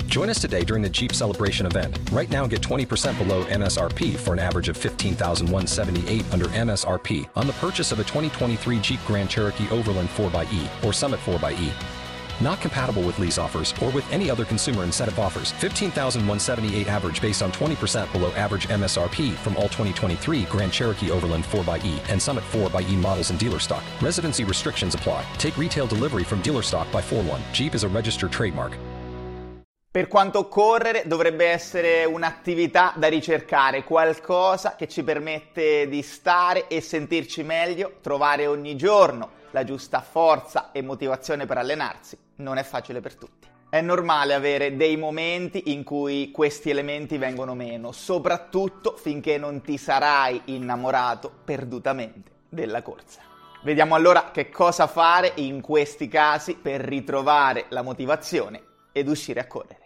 Join us today during the Jeep Celebration event. Right now, get 20% below MSRP for an average of $15,178 under MSRP on the purchase of a 2023 Jeep Grand Cherokee Overland 4xE or Summit 4xE. Not compatible with lease offers or with any other consumer incentive offers. $15,178 average based on 20% below average MSRP from all 2023 Grand Cherokee Overland 4xE and Summit 4xE models in dealer stock. Residency restrictions apply. Take retail delivery from dealer stock by 4/1. Jeep is a registered trademark. Per quanto correre dovrebbe essere un'attività da ricercare, qualcosa che ci permette di stare e sentirci meglio, trovare ogni giorno la giusta forza e motivazione per allenarsi. Non è facile per tutti. È normale avere dei momenti in cui questi elementi vengono meno, soprattutto finché non ti sarai innamorato perdutamente della corsa. Vediamo allora che cosa fare in questi casi per ritrovare la motivazione ed uscire a correre.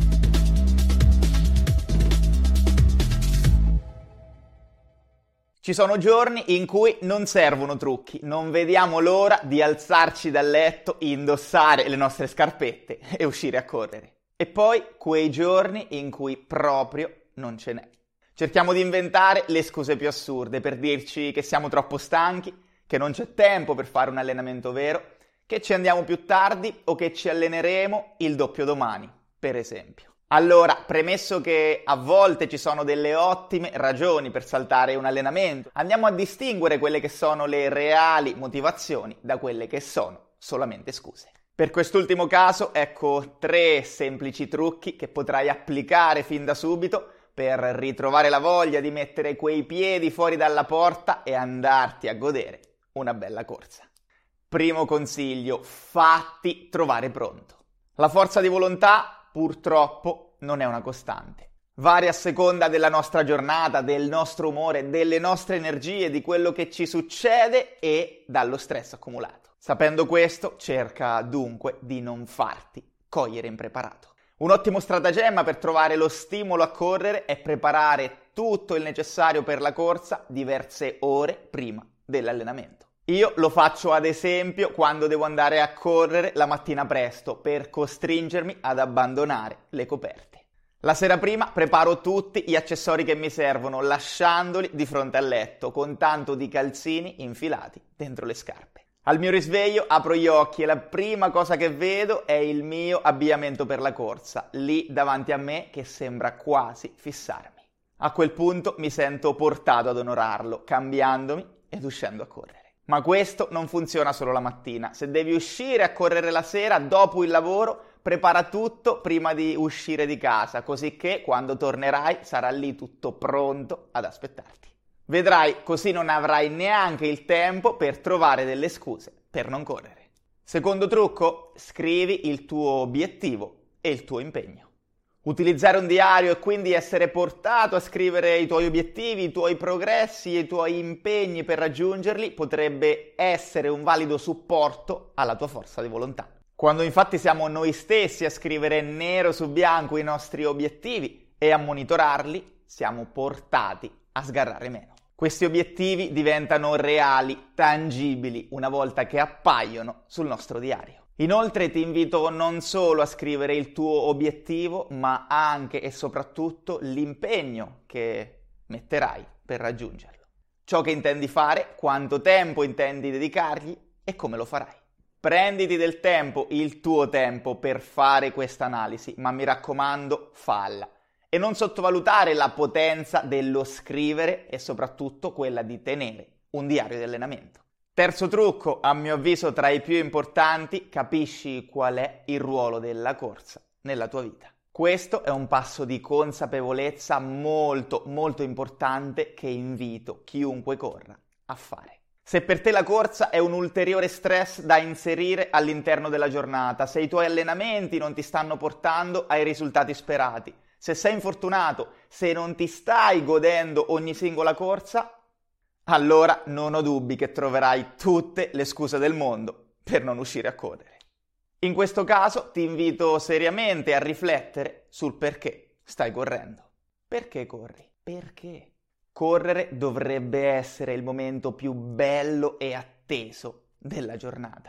Ci sono giorni in cui non servono trucchi, non vediamo l'ora di alzarci dal letto, indossare le nostre scarpette e uscire a correre. E poi quei giorni in cui proprio non ce n'è. Cerchiamo di inventare le scuse più assurde per dirci che siamo troppo stanchi, che non c'è tempo per fare un allenamento vero, che ci andiamo più tardi o che ci alleneremo il doppio domani, per esempio. Allora, premesso che a volte ci sono delle ottime ragioni per saltare un allenamento, andiamo a distinguere quelle che sono le reali motivazioni da quelle che sono solamente scuse. Per quest'ultimo caso, ecco 3 semplici trucchi che potrai applicare fin da subito per ritrovare la voglia di mettere quei piedi fuori dalla porta e andarti a godere una bella corsa. Primo consiglio, fatti trovare pronto. La forza di volontà purtroppo non è una costante. Varia a seconda della nostra giornata, del nostro umore, delle nostre energie, di quello che ci succede e dallo stress accumulato. Sapendo questo, cerca dunque di non farti cogliere impreparato. Un ottimo stratagemma per trovare lo stimolo a correre è preparare tutto il necessario per la corsa diverse ore prima dell'allenamento. Io lo faccio ad esempio quando devo andare a correre la mattina presto per costringermi ad abbandonare le coperte. La sera prima preparo tutti gli accessori che mi servono lasciandoli di fronte al letto con tanto di calzini infilati dentro le scarpe. Al mio risveglio apro gli occhi e la prima cosa che vedo è il mio abbigliamento per la corsa, lì davanti a me che sembra quasi fissarmi. A quel punto mi sento portato ad onorarlo, cambiandomi ed uscendo a correre. Ma questo non funziona solo la mattina. Se devi uscire a correre la sera, dopo il lavoro, prepara tutto prima di uscire di casa, così che quando tornerai sarà lì tutto pronto ad aspettarti. Vedrai, così non avrai neanche il tempo per trovare delle scuse per non correre. Secondo trucco, scrivi il tuo obiettivo e il tuo impegno. Utilizzare un diario e quindi essere portato a scrivere i tuoi obiettivi, i tuoi progressi e i tuoi impegni per raggiungerli potrebbe essere un valido supporto alla tua forza di volontà. Quando infatti siamo noi stessi a scrivere nero su bianco i nostri obiettivi e a monitorarli, siamo portati a sgarrare meno. Questi obiettivi diventano reali, tangibili, una volta che appaiono sul nostro diario. Inoltre ti invito non solo a scrivere il tuo obiettivo, ma anche e soprattutto l'impegno che metterai per raggiungerlo. Ciò che intendi fare, quanto tempo intendi dedicargli e come lo farai. Prenditi del tempo, il tuo tempo, per fare questa analisi, ma mi raccomando, falla. E non sottovalutare la potenza dello scrivere e soprattutto quella di tenere un diario di allenamento. Terzo trucco, a mio avviso tra i più importanti, capisci qual è il ruolo della corsa nella tua vita. Questo è un passo di consapevolezza molto importante che invito chiunque corra a fare. Se per te la corsa è un ulteriore stress da inserire all'interno della giornata, se i tuoi allenamenti non ti stanno portando ai risultati sperati, se sei infortunato, se non ti stai godendo ogni singola corsa, allora non ho dubbi che troverai tutte le scuse del mondo per non uscire a correre. In questo caso ti invito seriamente a riflettere sul perché stai correndo. Perché corri? Perché? Correre dovrebbe essere il momento più bello e atteso della giornata.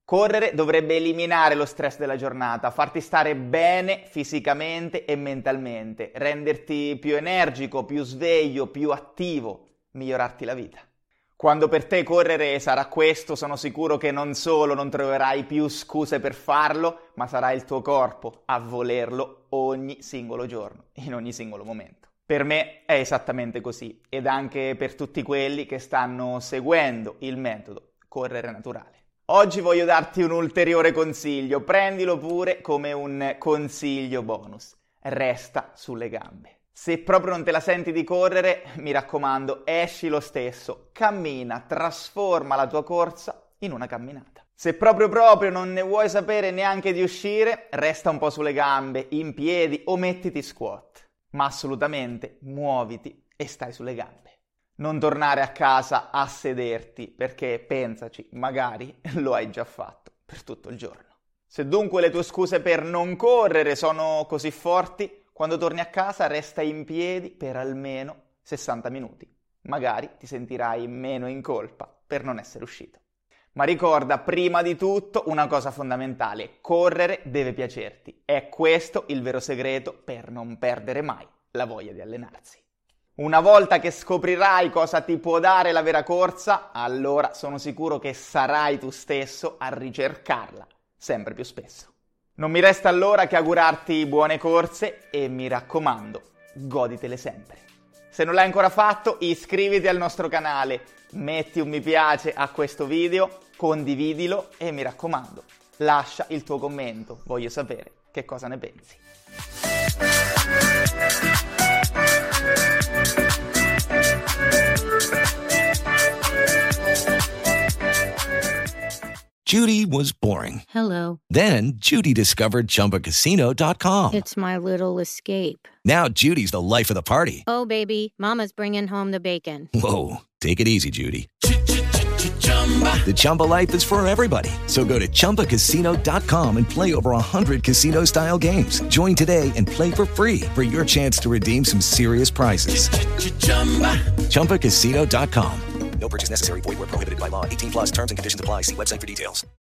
Correre dovrebbe eliminare lo stress della giornata, farti stare bene fisicamente e mentalmente, renderti più energico, più sveglio, più attivo, migliorarti la vita. Quando per te correre sarà questo, sono sicuro che non solo non troverai più scuse per farlo, ma sarà il tuo corpo a volerlo ogni singolo giorno, in ogni singolo momento. Per me è esattamente così, ed anche per tutti quelli che stanno seguendo il metodo Correre Naturale. Oggi voglio darti un ulteriore consiglio, prendilo pure come un consiglio bonus. Resta sulle gambe. Se proprio non te la senti di correre, mi raccomando, esci lo stesso, cammina, trasforma la tua corsa in una camminata. Se proprio non ne vuoi sapere neanche di uscire, resta un po' sulle gambe, in piedi o mettiti squat. Ma assolutamente muoviti e stai sulle gambe. Non tornare a casa a sederti, perché pensaci, magari lo hai già fatto per tutto il giorno. Se dunque le tue scuse per non correre sono così forti, quando torni a casa resta in piedi per almeno 60 minuti. Magari ti sentirai meno in colpa per non essere uscito. Ma ricorda prima di tutto una cosa fondamentale: correre deve piacerti. È questo il vero segreto per non perdere mai la voglia di allenarsi. Una volta che scoprirai cosa ti può dare la vera corsa, allora sono sicuro che sarai tu stesso a ricercarla sempre più spesso. Non mi resta allora che augurarti buone corse e mi raccomando, goditele sempre. Se non l'hai ancora fatto, iscriviti al nostro canale, metti un mi piace a questo video, condividilo e mi raccomando, lascia il tuo commento, voglio sapere che cosa ne pensi. Judy was boring. Hello. Then Judy discovered ChumbaCasino.com. It's my little escape. Now Judy's the life of the party. Oh, baby, mama's bringing home the bacon. Whoa, take it easy, Judy. The Chumba life is for everybody. So go to ChumbaCasino.com and play over 100 casino-style games. Join today and play for free for your chance to redeem some serious prizes. ChumbaCasino.com. No purchase necessary. Void where prohibited by law. 18 plus terms and conditions apply. See website for details.